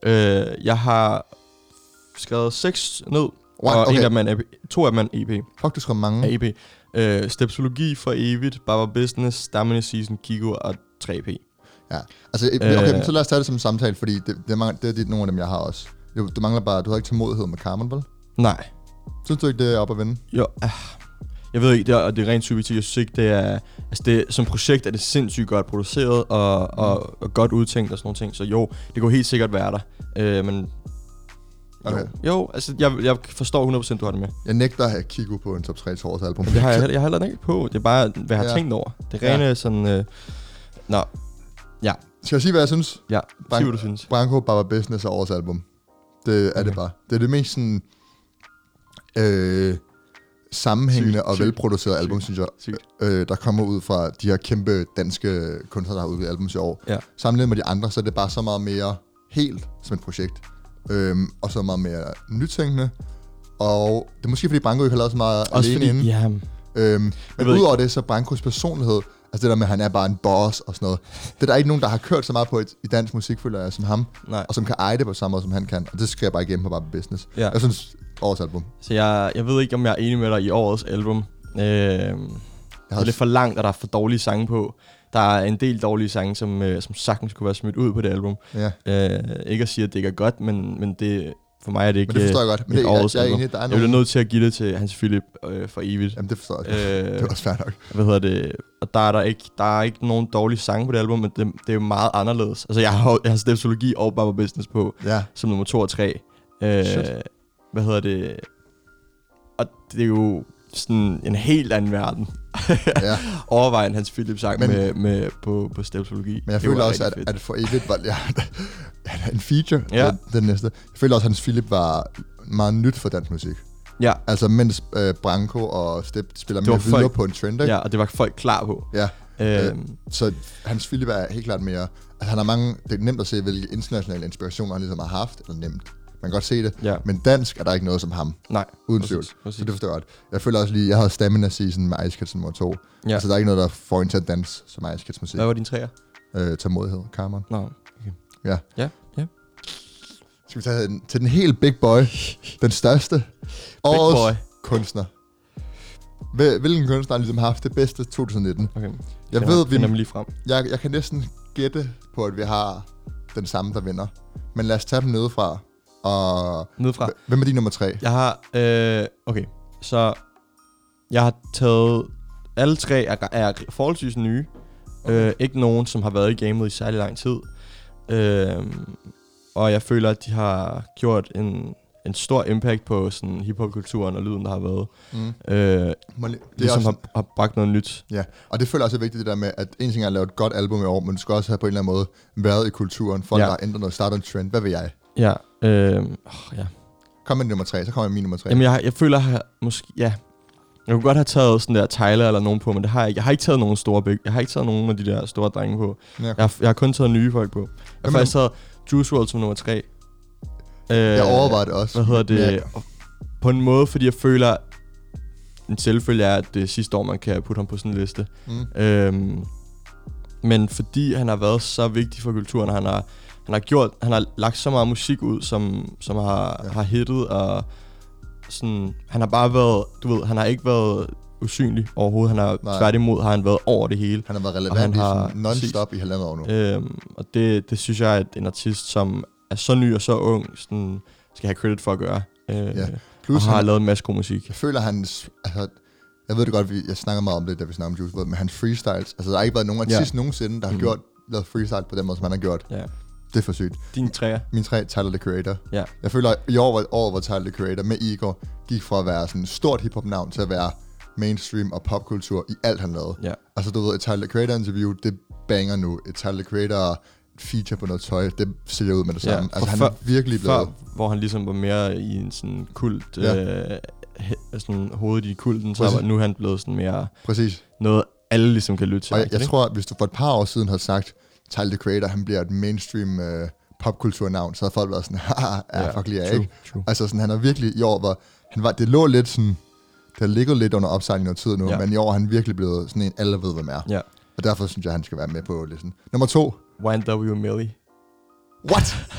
Øh, jeg har skrevet seks ned, What? og Okay. en af dem er en E P. To af dem er en E P. Fuck, du skrev mange. Er E P. Øh, Stepsologi for evigt, Baba Business, Stamina Season, Kiko og tre P. Ja, altså, okay, Øh. men så lad os tage det som en samtale, fordi det, det, er, mange, det er de, nogle af dem, jeg har også. Jo, du mangler bare, du har ikke tålmodighed med Carmen, vel? Nej. Synes du ikke, det er op at vende? Jo, øh, jeg ved ikke, det er, det er rent subjektivt. Jeg synes ikke, det er... Altså, det, som projekt er det sindssygt godt produceret og, og, og godt udtænkt og sådan nogle ting. Så jo, det kunne helt sikkert være der. Øh, men... Okay. Jo, jo, altså, jeg, jeg forstår hundrede procent, du har det med. Jeg nægter at have Kiko på en top tre til årets album. Men det har jeg, heller- jeg har heller ikke på. Det er bare, hvad jeg har Ja. tænkt over. Det er rene Ja. sådan... Øh, nå, ja. Skal jeg sige, hvad jeg synes? Ja, Bran- sig hvad du synes. Branko Baba Business er årets album. Det er Okay. det bare. Det er det mest sådan... Øh, sammenhængende Sygt, og sygt, velproducerede album, sygt, synes jeg, sygt. øh, der kommer ud fra de her kæmpe danske kunstnere, der har udgivet album i år. Ja. Sammenlignet med de andre, så er det bare så meget mere helt som et projekt. Øhm, og så meget mere nytænkende. Og det er måske, fordi Branko ikke har lavet så meget Også alene fordi, inden. ja, Øhm, men ved udover ikke. det, så Brankos personlighed, altså det der med, at han er bare en boss og sådan noget, det er der ikke nogen, der har kørt så meget på et, i dansk musik, føler jeg, som ham, nej. og som kan eje det på samme måde, som han kan. Og det skal jeg bare igennem på Baba Business. Ja. Jeg synes, årets album. Så jeg, jeg ved ikke, om jeg er enig med dig i årets album. Øh, det er lidt for langt, og der er for dårlige sange på. Der er en del dårlige sange, som, øh, som sagtens kunne være smidt ud på det album. Ja. Øh, ikke at sige, at det ikke er godt, men, men det, for mig er det ikke Men det forstår jeg godt. Men et det, jeg, årets jeg er album. enig, der er Jeg bliver nogle... nødt til at give det til Hans Philip øh, for evigt. Jamen, det forstår jeg godt. Øh, Det er også fair nok. Hvad hedder det? Og der er der ikke, der er ikke nogen dårlige sange på det album, men det, det er jo meget anderledes. Altså, jeg har, jeg har Stepsologi og Baba Business på, Ja. som nummer to og tre. Øh, Shit. hvad hedder det? Og det er jo sådan en helt anden verden. Ja. Overvejen Hans Philip sang Men- med, med på, på Stepsologi. Men jeg Det var føler også, rigtig at, fedt. at for evigt var... Ja, ja, en feature, Ja. den, den næste. Jeg føler også, at Hans Philip var meget nyt for dansk musik. Ja, Altså, mens øh, Branko og Step spiller Det mere var videre folk- på en trend, ikke? ja, og det var folk klar på. Ja. Øhm, Så Hans Philip er helt klart mere... Altså, han har mange... Det er nemt at se, hvilke internationale inspirationer han ligesom har haft. Eller nemt. Man kan godt se det. ja, Men dansk er der ikke noget som ham. nej. Uden præcis, tvivl. præcis. Så det forstår jeg godt. Jeg føler også lige... Jeg havde Stamina Season med Ice Kids nummer to. Ja. Altså, der er ikke noget, der får en til at danse som Ice Kids musik. Hvad var din træer? Øh, tålmodighed. Cameron. Nå, okay. Ja. Ja, ja. Skal vi tage den, til den helt big boy. Den største. Årets boy. kunstner. Hvil- Hvilken kunstner har ligesom haft det bedste to tusind nitten? Okay. Jeg Jeg ved, ved, vi- vi... finder dem lige frem. Jeg, jeg kan næsten gætte på, at vi har den samme, der vinder. Men lad os tage dem nedefra. Og Nedefra. hvem er din nummer tre? Jeg har, øh, okay, så jeg har taget, alle tre er, er forholdsvis nye. Okay. Øh, ikke nogen, som har været i gamet i særlig lang tid. Øh, og jeg føler, at de har gjort en, en stor impact på sådan hiphop-kulturen og lyden, der har været. Mm. Øh, Må lige- Det er ligesom også, har, har bragt noget nyt. ja, og det føler jeg også er vigtigt, det der med, at en ting er at lave et godt album i år, men du skal også have på en eller anden måde været i kulturen. Folk, Ja. der har ændret noget, startet en trend. Hvad vil jeg? Ja, øh, oh, ja. Kom med din nummer tre, så kommer min nummer tre. Jamen, jeg, jeg føler, at jeg måske, ja. Jeg kunne godt have taget sådan der Tyler eller nogen på, men det har jeg ikke. Jeg har ikke taget nogen store big. Jeg har ikke taget nogen af de der store drenge på. Ja. Jeg har, jeg har kun taget nye folk på. Jeg har Hvem faktisk taget Juice world som nummer tre. Øh, Jeg overvejer det også. Hvad hedder det? Ja. Og på en måde, fordi jeg føler, en selvfølge er, at det er sidste år, man kan putte ham på sådan en liste. Mm. Øhm, men fordi han har været så vigtig for kulturen, han har, han har gjort, han har lagt så meget musik ud, som, som har, Ja. ja. har hittet, og sådan, han har bare været, du ved, han har ikke været usynlig overhovedet, han har Nej. tværtimod, har han været over det hele. Han har været Og relevant han i har- sådan non-stop i halvandet år nu. Øhm, og det, det synes jeg, at en artist, som er så ny og så ung, sådan, skal have credit for at gøre. Øh, Ja. og Plus har han, lavet en masse god musik. jeg føler, hans... Altså, jeg ved det godt, vi, jeg snakker meget om det, da vi snakker om Juice world, men hans freestyles... Altså, der har ikke været nogen artist Ja. nogensinde, der har Mhm. gjort, lavet freestyle på den måde, som han har gjort. Ja. Det er for sygt. Din træer. Min tre, Tyler, the Creator. Ja. Jeg føler, at i år, var- året, hvor Tyler, the Creator med Igor gik fra at være sådan et stort hiphop-navn til at være mainstream og popkultur i alt, han lavede. Ja. Altså, du ved, et Tyler, the Creator-interview, det banger nu. Et Tyler, the Creator feature på noget tøj, det ser ud med det samme. Ja, Altså, for han før- er virkelig blevet... Før, hvor han ligesom var mere i en sådan kult, Ja. øh, he, sådan hovedet i kulten, så Præcis. var, nu er han blevet sådan mere Præcis. noget, alle ligesom kan lytte til. Og jeg, rigtigt, jeg ikke? tror, at hvis du for et par år siden havde sagt, Tyler, the Creator, han bliver et mainstream øh, popkulturnavn, så havde folk været sådan, haha, ja, Ja, fuck lige, jeg true, ikke? true. Altså sådan, han er virkelig i år, hvor han var, det lå lidt sådan, det har ligget lidt under opsejling i noget tid nu, Ja. men i år er han virkelig blevet sådan en, alle ved, hvem er. Ja. Og derfor synes jeg, han skal være med på listen. Nummer to. Y N W Millie. What?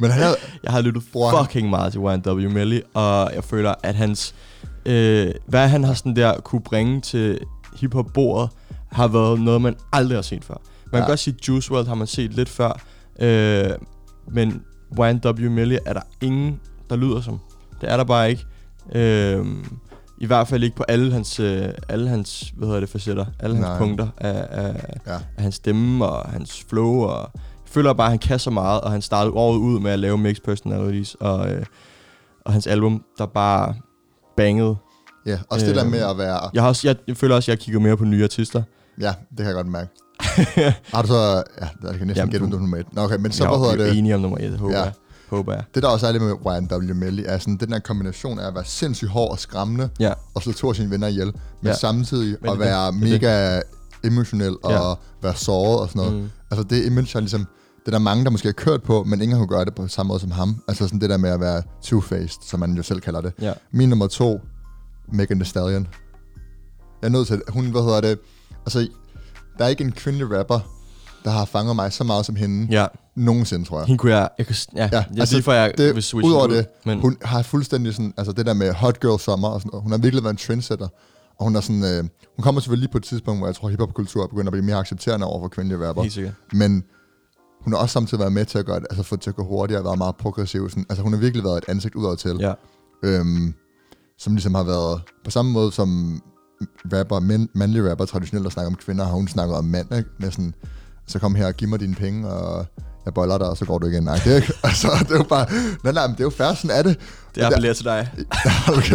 Men han er, jeg har lyttet fucking meget til Y N W Melly, og jeg føler, at hans... Øh, hvad han har sådan der kunne bringe til hiphop-bordet, har været noget, man aldrig har set før. Man ja. kan godt sige, Juice world har man set lidt før, øh, men Y N W Melly er der ingen, der lyder som. Det er der bare ikke. Øh, I hvert fald ikke på alle hans, øh, alle hans hvad hedder det, facetter, alle hans Nej. punkter af, af, ja. af hans stemme og hans flow. Og jeg føler bare, at han kan så meget, og han startede året ud med at lave mixed personalities, og, øh, og hans album, der bare bangede. Ja, også øh, det der med at være... Jeg, har også, jeg, jeg føler også, at jeg kigger mere på nye artister. Ja, det kan jeg godt mærke. Har du så... Ja, der kan næsten gætte, om du er nummer et. Nå, okay, men så, ja, hvad hedder det? Jeg er enig om nummer et, håber ja. jeg. Håber jeg. Det der også er lidt med Y N W Melly, er sådan den der kombination af at være sindssygt hård og skræmmende, ja. og slå to af sine venner ihjel, men ja. samtidig men at være det, mega det. emotionel og ja. være såret og sådan noget. Mm. Altså det image er ligesom... Det er der mange, der måske har kørt på, men ingen har kunne gøre det på samme måde som ham. Altså sådan det der med at være two-faced, som man jo selv kalder det. Ja. Min nummer to, Megan Thee Stallion. Jeg er nødt til, hun, hvad hedder det, altså, der er ikke en kvindelig rapper, der har fanget mig så meget som hende, ja. nogensinde, tror jeg. Hende kunne jeg, jeg kunne, ja, ja jeg altså, for, jeg det, vil switche ud over ud, det, men... hun har fuldstændig sådan, altså det der med Hot Girl Summer, og sådan, hun har virkelig været en trendsetter, og hun er sådan, øh, hun kommer selvfølgelig lige på et tidspunkt, hvor jeg tror, hiphop-kultur begynder at blive mere accepterende over for kvindelige rapper. Helt sikkert. Men hun har også samtidig været med til at gøre det, altså få det til at gå hurtigere, og været meget progressiv. Sådan. Altså hun har virkelig været et ansigt udad til, ja. øhm, som ligesom har været på samme måde som rapper, mænd, mandlige rapper traditionelt, der snakker om kvinder, har hun snakket om mænd, ikke? Med sådan, så kom her og giv mig dine penge, og jeg boller dig, og så går du igen. Nej, det er ikke. Altså, det er jo bare, nej, nej, men det er jo fair, sådan er det. Det appellerer til dig. Okay.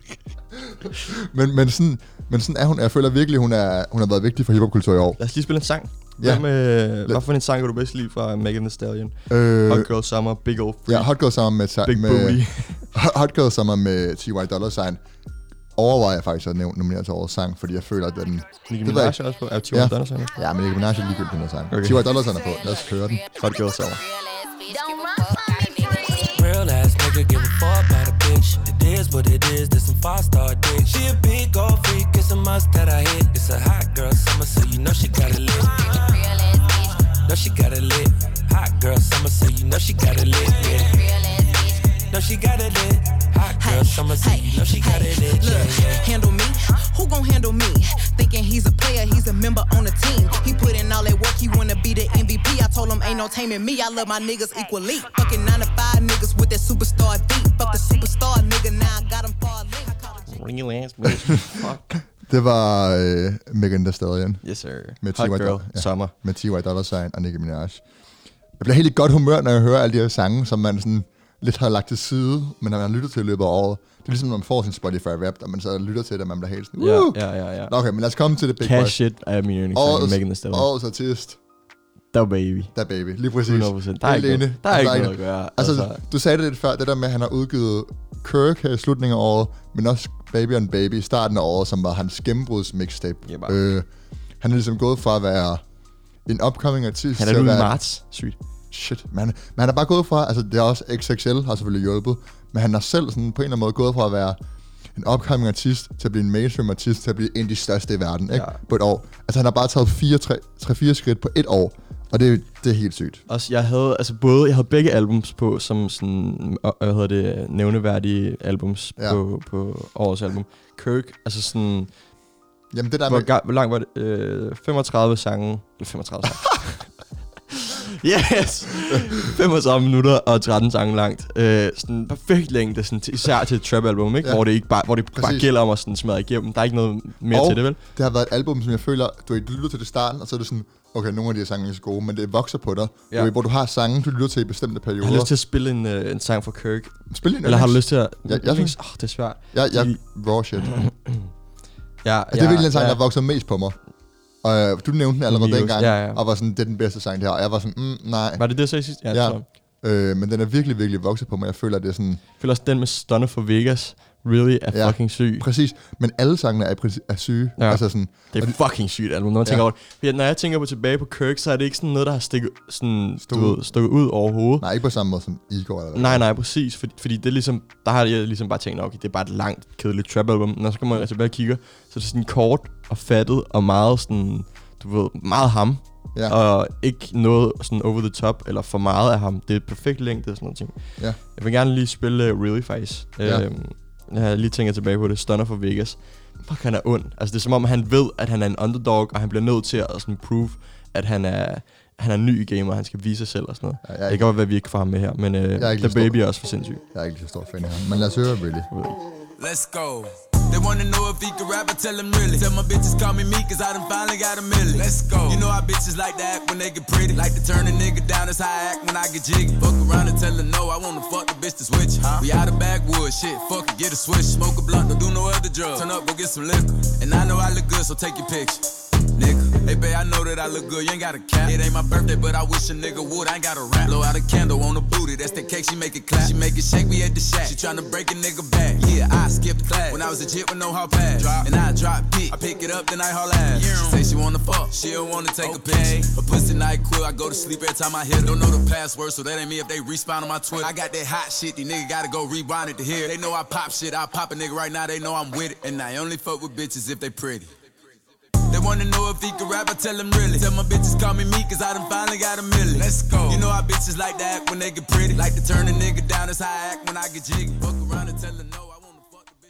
men, men, sådan, men sådan er hun, jeg føler virkelig, hun, er, hun har været vigtig for hiphopkultur i år. Lad os lige spille en sang. Ja. Med, hvad for en sang kan du bedst lide fra Megan Thee Stallion? Øh, Hot Girl Summer, Big Old Freak. Ja, Hot Girl Summer med... Big med, Booty. Hot Girl Summer med T Y Dolla Sign. Overvejer jeg faktisk at nominere til årets sang, fordi jeg føler, at den... Nicki Minaj er også på. Er T Y ja. Dolla Sign? Ja, men Nicki Minaj er ligegyldigt den her sang. Okay. T Y Dolla Sign er på. Lad os høre den. Hot Girl Summer. Real ass nigga, give a fuck about a bitch. It is what it is, this some five-star dick. She a big old freak, it's a must that I hit. It's a hot girl summer, so you know she got it lit. Know she got it lit. Hot girl summer, so you know she got it lit. Yeah. Know she got it lit. Hot girl summer, so you know she got it lit. Look, handle me? Who gon' handle me? Thinking he's a player, he's a member on the team. He put in all that work, he wanna be the M V P. I told him ain't no taming me. I love my niggas equally. Fucking nine to five niggas with that superstar beat. Fuck the superstar nigga, now I got him far link. Ring your ass, bitch. Fuck. Det var øh, Megan Thee Stallion. Yes, sir. Med Hot Girl ja, Summer. Med T Y Dolla Sign og Nicki Minaj. Jeg bliver helt i godt humør, når jeg hører alle de her sange, som man sådan lidt har lagt til side, men når man har lyttet til i løbet af året. Det er ligesom, når man får sin Spotify Wrapped, og man så lytter til det, og man bliver helt sådan, ja, ja, ja, ja. Okay, men lad os komme til det big Cash boys. Shit er min yndlingssang med Megan Thee Stallion. Årets artist. Da Baby. Da Baby, lige præcis. hundrede procent. Der er ikke, noget, der er ikke noget at gøre. Altså, altså, du sagde det lidt før, det der med, at han har udgivet Kirk her i slutningen af året, men også Baby on Baby i starten af året, som var hans gennembruds mixtape. Ja, øh, han er ligesom gået fra at være en upcoming artist. Han er ude i marts. Sygt. Shit, man. Men han er bare gået fra, altså det er også X X L har selvfølgelig hjulpet, men han har selv sådan på en eller anden måde gået fra at være en upcoming artist til at blive en mainstream artist, til at blive en af de største i verden, ikke? Ja. På et år. Altså han har bare taget fire, tre, tre, fire skridt på et år, og det, det er helt sygt. Også jeg havde, altså både, jeg havde begge albums på, som sådan, hvad hedder det, nævneværdige albums ja. på, på årets album. Kirk, altså sådan, jamen det der hvor, med... hvor langt var det? Øh, femogtredive sange, eller femogtredive sange. Yes! femogtredive minutter og tretten sange langt. Øh, sådan perfekt længde, sådan, især til et trap-album, ikke? Ja. Hvor det, ikke bare, hvor det bare gælder om at sådan smadre igennem. Der er ikke noget mere og til det, vel? Det har været et album, som jeg føler, du, du lytter til det starten, og så er det sådan, okay, nogle af de her sange er så gode, men det vokser på dig. Ja. Du, hvor du har sange, du lytter til i bestemte perioder. Jeg har lyst til at spille en, uh, en sang fra Kirk. Spil en Eller har du lyst til at... Ja, jeg synes... Åh, oh, det er svært. Ja, ja, raw shit. ja, det er ja, virkelig en sang, ja. der vokser mest på mig. Og øh, du nævnte den allerede Muse, dengang, ja, ja. og var sådan, det er den bedste sang, det her. Og jeg var sådan, mm, nej. Var det det, jeg sagde sidst? Ja, ja. Øh, men den er virkelig, virkelig vokset på mig. Jeg føler, det er sådan... Jeg føler også, den med Stunner for Vegas really er ja, fucking syg. Præcis. Men alle sangene er, præcis, er syge. Ja. Altså sådan, det er fucking sygt album, når man ja. tænker over det. Når jeg tænker på tilbage på Kirk, så er det ikke sådan noget, der har stikket, sådan, du ved, stukket ud overhovedet. Nej, ikke på samme måde som Igor. Eller nej, nej, præcis. Fordi, fordi det er ligesom, der har jeg ligesom bare tænkt, okay, det er bare et langt, kedeligt trap-album. Når så kommer jeg tilbage og kigger, så er det sådan kort og fattet og meget sådan... Du ved, meget ham. Ja. Og ikke noget sådan over the top, eller for meget af ham. Det er et perfekt længde og sådan noget ting. Ja. Jeg vil gerne lige spille uh, Really faktisk. Ja. Øhm, jeg har lige tænkt tilbage på det. Stunner for Vegas. Fuck, han er ond. Altså det er som om, han ved, at han er en underdog, og han bliver nødt til at sådan prove, at han er, han er ny i gamet, og han skal vise sig selv og sådan noget. Ja, jeg det kan godt være, at vi ikke får ham med her, men uh, The Baby er også for sindssyg. Jeg er ikke så stor fan af ham, men lad os høre Really. Let's go. They wanna know if he can rap, I tell them really. Tell my bitches call me me, cause I done finally got a million. Let's go. You know how bitches like to act when they get pretty. Like to turn a nigga down, that's how I act when I get jiggy. Fuck around and tell her no, I wanna fuck the bitch to switch. Huh? We out of backwoods, shit, fuck it, get a switch. Smoke a blunt, don't do no other drugs. Turn up, go get some liquor. And I know I look good, so take your picture. Nigga, hey babe, I know that I look good, you ain't got a cap. It ain't my birthday, but I wish a nigga would, I ain't got a rap. Blow out a candle on the booty, that's the cake, she make it clap. She make it shake, we at the shack, she tryna break a nigga back. Yeah, I skipped class, when I was a jit with no hall pass. Drop. And I drop dick, I pick it up, then I haul ass. Yeah. She say she wanna fuck, she don't wanna take okay. a picture. Her pussy night quill, I go to sleep every time I hit her. Don't know the password, so that ain't me if they respawn on my Twitter. I got that hot shit, these niggas gotta go rewind it to hear. They know I pop shit, I pop a nigga right now, they know I'm with it. And I only fuck with bitches if they pretty. They wanna know if he can rap, I tell them really. Tell my bitches call me me, cause I done finally got a million. Let's go. You know how bitches like to act when they get pretty. Like to turn a nigga down, that's how I act when I get jiggy. Fuck around and tell her no, I wanna fuck the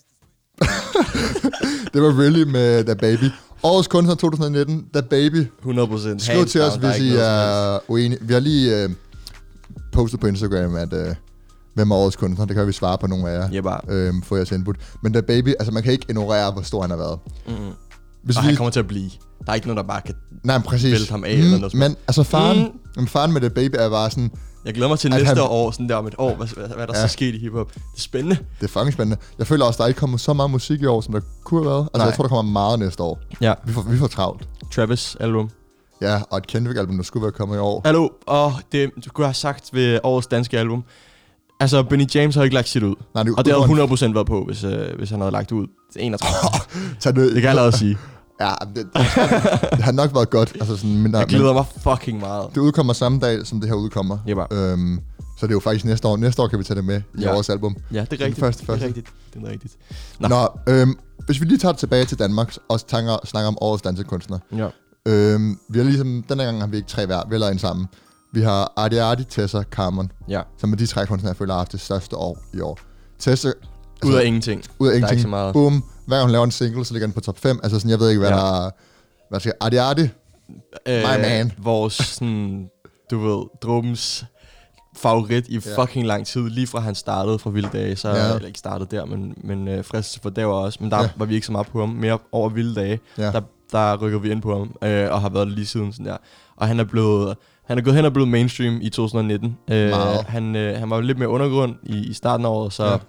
bitches. Det var Really med The Baby. Årets kunstner to tusind nitten, The Baby. hundrede procent. Skriv til os, hvis I er uenige. Vi har lige uh, postet på Instagram, at... Uh, hvem er årets kunstner? Det kan vi svare på nogle af jer. Ja, øhm, få jeres input. Men The Baby, altså man kan ikke ignorere, hvor stor han har været. Mm-hmm. Hvis og vi... han kommer til at blive. Der er ikke nogen, der bare kan Nej, præcis. vælte ham af. Mm, eller noget. Men altså faren, mm. faren med The Baby er bare sådan... Jeg glæder mig til næste han... år, sådan der om et år, hvad, hvad, hvad der ja. så sket i hiphop. Det er spændende. Det er fucking spændende. Jeg føler også, der er ikke kommet så meget musik i år, som der kunne have været. Altså Nej. jeg tror, der kommer meget næste år. Ja. Vi får, vi får travlt. Travis album. Ja, og et Kendrick-album, der skulle være kommet i år. Hallo, åh, det du kunne have sagt ved årets danske album. Altså, Benny James har ikke lagt sit ud. Nej, det og det havde hundrede procent været på, hvis, øh, hvis han havde lagt ud til enogtredive. Oh, det, det kan jeg allerede sige. Ja, det, det, det har nok været godt. Altså sådan, men, jeg glæder mig fucking meget. Det udkommer samme dag, som det her udkommer. Yep. Øhm, så det er jo faktisk næste år. Næste år kan vi tage det med i ja. årets album. Ja, det er rigtigt. Første, første. Det er rigtigt. Det er rigtigt. Nå, Nå øhm, hvis vi lige tager det tilbage til Danmark, og snakker, snakker om årets dansekunstner. Ja. Øhm, vi har ligesom, denne gang har vi ikke tre hver, vi har lavet en sammen. Vi har Artie Artie, Tessa, Carmen, ja. som er de tre kunstnere, jeg føler har haft det største år i år. Tessa... Altså, ud af ingenting. Ud af ingenting. Boom. Hver gang hun laver en single, så ligger den på top fem. Altså sådan, jeg ved ikke, hvad ja. der er... Hvad skal jeg... Artie Artie? Øh, My man. Vores sådan... Du ved, Drubens favorit i ja. fucking lang tid. Lige fra han startede fra Vilde Dage. Så ja. eller ikke startet der, men, men øh, Fristelse for der var også. Men der ja. var vi ikke så meget på ham. Mere over Vilde Dage. Ja. Der, der rykker vi ind på ham. Øh, og har været det lige siden sådan der. Og han er blevet... Han er gået hen og blevet mainstream i to tusind nitten. Øh, han, øh, han var lidt mere undergrund i, i starten af året, så ja,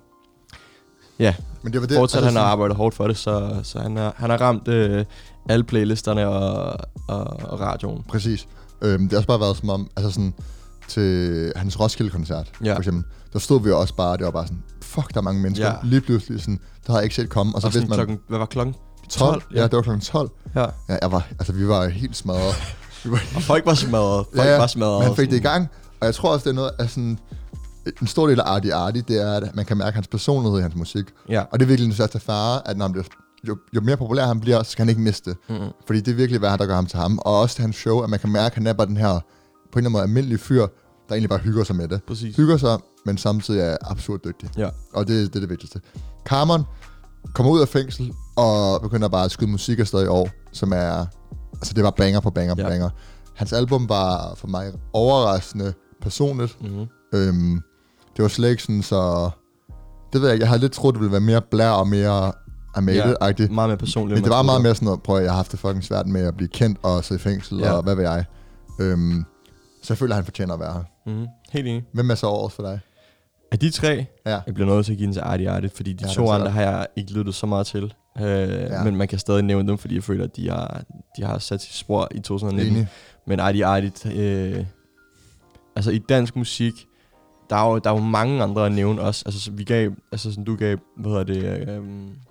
ja. Men det var det, fortsat altså han har arbejdet hårdt for det, så, så han, er, han har ramt øh, alle playlisterne og, og, og radioen. Præcis. Øhm, det har også bare været som om, altså sådan, til hans Roskilde-koncert, ja. for eksempel, der stod vi også bare, det var bare sådan, fuck, der er mange mennesker. Ja. Lige pludselig sådan, der havde jeg ikke set komme. Og så og vidste man... Klokken, hvad var klokken? tolv? tolv? Ja, det var klokken tolv. Ja. Ja, jeg var, altså vi var helt smadret. Og folk var smadret. Folk ja, var smadret. Men han fik det i gang. Og jeg tror også, det er noget af sådan... En stor del af Artie Artie, det er, at man kan mærke hans personlighed i hans musik. Ja. Og det er virkelig den største fare, at når han bliver, jo, jo mere populær han bliver, så kan han ikke miste det. Mm-hmm. Fordi det er virkelig, hvad der gør ham til ham. Og også til hans show, at man kan mærke, at han er bare den her, på en eller anden måde, almindelig fyr, der egentlig bare hygger sig med det. Præcis. Hygger sig, men samtidig er absurd dygtig. Ja. Og det, det er det vigtigste. Carmen kommer ud af fængsel, og begynder bare at skyde musik afsted i år, som er... Altså det var banger på banger på ja. banger. Hans album var for mig overraskende personligt. Mm-hmm. Øhm, det var slet ikke sådan, så... Det ved jeg, jeg havde lidt troet, det ville være mere blær og mere Amade-agtigt. Ja, meget mere personligt. Men det var meget mere sådan noget, prøv at jeg har haft det fucking svært med at blive kendt og sidde i fængsel, ja. og hvad ved jeg. Øhm, så jeg føler, at han fortjener at være her. Mm-hmm. Helt enig. Hvem er så årets for dig? Af de tre, ja. jeg bliver nødt til at give den til Artie Artie, fordi de ja, to andre har jeg ikke lyttet så meget til. Øh, ja. Men man kan stadig nævne dem, fordi jeg føler, at de har, de har sat sit spor i to tusind nitten. Enig. Men Artie Artie, øh, altså i dansk musik, der er jo, der er jo mange andre at nævne også. Altså vi gav, altså som du gav, hvad hedder det, øh,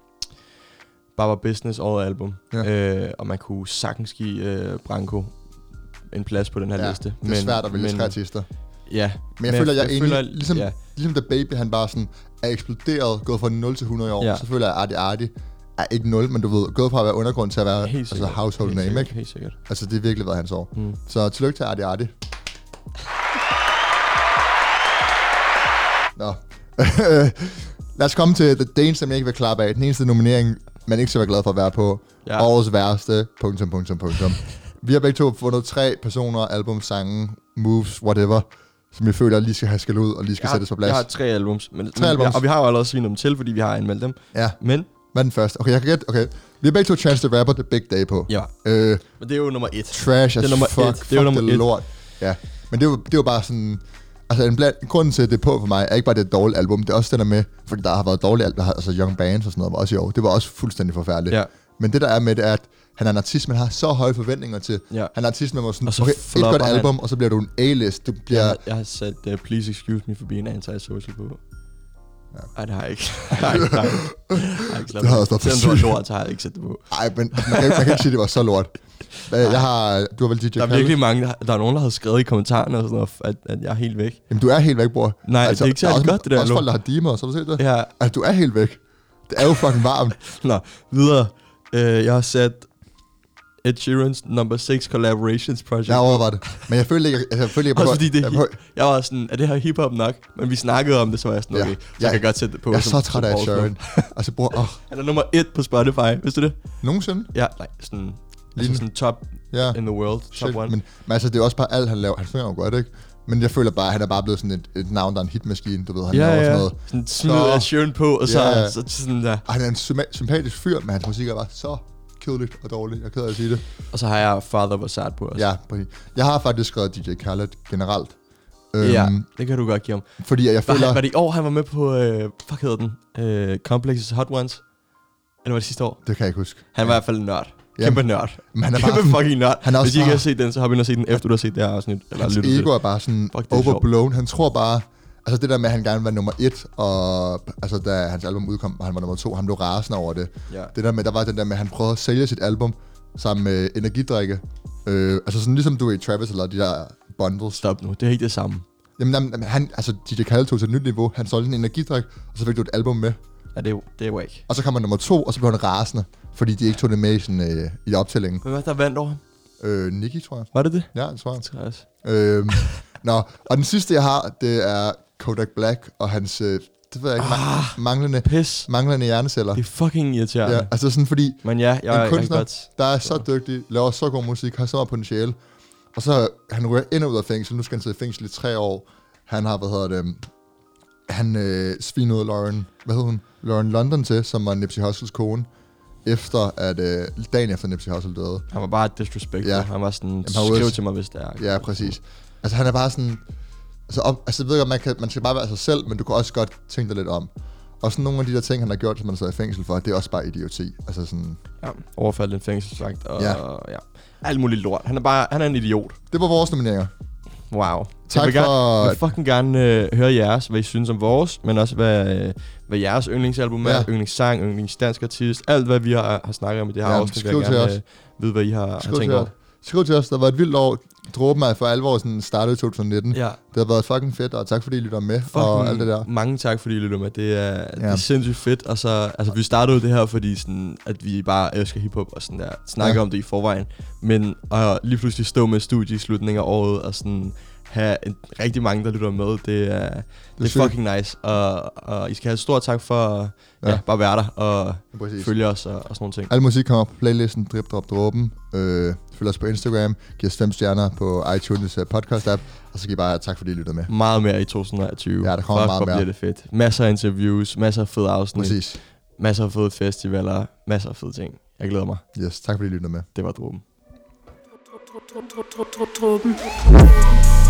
Baba Business året album. Ja. Øh, og man kunne sagtens give øh, Branko en plads på den her ja, liste. Det er men, svært at vælge tre artister. Ja. Men jeg men føler, jeg, jeg er enig, ligesom, ja. ligesom The Baby, han bare sådan er eksploderet, gået fra nul til hundrede år, ja. så føler jeg, at Artie Artie er ikke nul, men du ved, gået fra at være undergrund til at være altså household helt name, sikkert. ikke? Helt sikkert. Altså, det har virkelig været hans år. Mm. Så tillykke til Arti Arti. Nå. Lad os komme til det eneste, man ikke vil klappe af. Den eneste nominering, man ikke skal være glad for at være på. Ja. Årets værste. Punktum, punktum, punktum. Vi har begge to fundet tre personer, album, sange, moves, whatever, som jeg føler lige skal have skal ud og lige skal har, sættes på plads. Jeg har tre albums. Men, tre albums. Vi, og vi har jo allerede svinet dem til, fordi vi har anmeldt dem. Ja. Men... Hvad er den første? Okay, jeg kan gætte. Okay. Vi har begge to Chance the Rapper, The Big Day på. Ja. Øh, men det er jo nummer et. Trash as fuck. Et. Det er jo nummer det et. Lort. Ja. Men det er jo, det er jo bare sådan... Altså, en bland, grunden til, at det er på for mig, er ikke bare det dårlige album. Det er også det der med... Fordi der har været dårlige album, altså Young Bands og sådan noget, var også i år. Det var også fuldstændig forfærdeligt. Ja. Men det der er med det, er, at han er en artist, man har så høje forventninger til. Ja. Han er en artist, man må sådan... Okay, et godt album, han. Og så bliver du en A-list. Du bliver... Jeg har, jeg har sat uh, Please Excuse Me for being anti-social på. Ja. Ej, det har jeg ikke. Nej, nej. Jeg har ikke det har jeg Selvom det var lort, så har jeg ikke sat det på. Ej, men man kan, man kan ikke sige, at det var så lort. Jeg har, du har vel D J Der er Khaled. virkelig mange, der, der er nogen, der har skrevet i kommentarerne og sådan noget, at, at jeg er helt væk. Jamen, du er helt væk, bror. Nej, altså, det er ikke særlig godt, det der. Også folk, der har dimer, så har du set det? Ja. Altså, du er helt væk. Det er jo fucking varmt. Nå, videre. Uh, jeg har sat Ed Sheeran's number six collaborations project. Jeg overvejer det. Men jeg følte ikke, jeg, jeg følte ikke, også fordi det, jeg, jeg, jeg var sådan, er det her hiphop nok? Men vi snakkede om det, så var jeg sådan, okay, ja. så jeg, jeg kan godt sætte det på. Jeg er så træt af Sheeran. Altså, bror, åh. Han er nummer et på Spotify, vidste du det? Nogensinde? Ja, nej, sådan, altså sådan top ja. in the world, top Shit, one. Men, men altså, det er også bare alt, han laver. Han synger jo godt, ikke? Men jeg føler bare, at han er bare blevet sådan et, et navn, der er en hitmaskine, du ved. Han ja, laver ja. sådan noget. Sådan smider Sheeran på, og så, ja. så, så sådan der. Og han er en sympa- sympatisk fyr, men hans musik er bare så kedeligt og dårligt. Jeg er ked af at sige det. Og så har jeg Father Was Sad på også. Ja, præcis. Jeg har faktisk skrevet D J Khaled generelt. Ja, øhm, det kan du godt give ham. Fordi jeg føler... Var, var det i år, han var med på, øh, fuck hedder den, øh, Complex's Hot Ones? Eller var det sidste år? Det kan jeg ikke huske. Han var i hvert fald en nørd. Kæmpe nørd. Men han er Kæmpe bare, fucking nørd. Han er også Hvis I ikke bare, har set den, så har vi ind og set den, efter du har set det her afsnit. Eller hans ego er bare sådan overblown. Han tror bare... Altså det der med, at han gerne var nummer et, og altså da hans album udkom, og han var nummer to, han blev rasende over det. Ja. Det der med, der var den der med, at han prøvede at sælge sit album sammen med energidrikke. Øh, altså sådan ligesom du er i Travis, eller de der bundles. Stop nu, det er ikke det samme. Jamen, jamen han, altså D J Khaled tog til et nyt niveau, han solgte en energidrik, og så fik du et album med. Ja, det er, det er jo ikke. Og så kom han nummer to, og så blev han rasende, fordi de ikke tog det med i, sådan, øh, i optællingen. Hvem var der vandt over ham? Øh, Nicki, tror jeg. Var det det? Ja, det tror jeg. tror jeg også. Øhm, nå, og den sidste, jeg har, det er Kodak Black og hans, øh, det ved jeg ikke, ah, ma- manglende, pis. manglende hjerneceller. Det er fucking irriterende. Ja, altså sådan fordi, men ja, jeg, en kunstner, jeg der er så dygtig, laver så god musik, har så meget potentiale, og så han ryger ind og ud af fængsel, nu skal han sidde i fængsel i tre år. Han har, hvad hedder det, han øh, svinede Lauren, hvad hedder hun, Lauren London til, som var Nipsey Hussles kone, efter at, øh, dagen efter Nipsey Hussle døde. Han var bare disrespectful. Ja. Han var sådan, Jamen, skriv til mig, hvis det er. Ja, præcis. Altså han er bare sådan, altså, op, altså jeg ved godt, man, kan, man skal bare være sig selv, men du kan også godt tænke dig lidt om. Og sådan nogle af de der ting, han har gjort, som man sidder i fængsel for, det er også bare idioti. Altså sådan... Ja, overfaldt en fængselsvagt, og ja. Og, ja. Alt muligt lort. Han er bare, han er en idiot. Det var vores nomineringer. Wow. Tak jeg vil for... Gerne, jeg vil fucking gerne øh, høre jeres, hvad I synes om vores, men også hvad, øh, hvad jeres yndlingsalbum er, ja. Yndlingssang, yndlingsdansk artist, alt hvad vi har, har snakket om i det her ja, afsnit, vil jeg gerne øh, vide, hvad I har, har tænkt over. Skriv til os, der var et vildt år. Dråben mig for alvor sådan startede i to tusind nitten. Ja. Det har været fucking fedt, og tak fordi I lytter med fucking og alt det der. Mange tak fordi I lytter med. Det er, ja. det er sindssygt fedt. Og så, altså, vi startede jo det her, fordi sådan, at vi bare elsker hiphop og sådan der, snakker ja. om det i forvejen. Men og lige pludselig stå med studie i slutningen af året og sådan have en, rigtig mange, der lytter med, det er, det, det er fucking nice. Og, og I skal have et stort tak for ja. Ja, bare være der og ja, følge os og, og sådan nogle ting. Al musik kommer på playlisten Drip Drop Dråben. Øh, følg os på Instagram, giv os fem stjerner på iTunes podcast app, og så giv bare tak fordi I lyttede med. Meget mere i to tusind og tyve. Ja, der kommer Fuck, meget mere. Bliver det fedt. Masser af interviews, masser af fede afsnit. Præcis. Masser af fede festivaler, masser af fede ting. Jeg glæder mig. Yes, tak fordi I lyttede med. Det var Dråben. Dråben.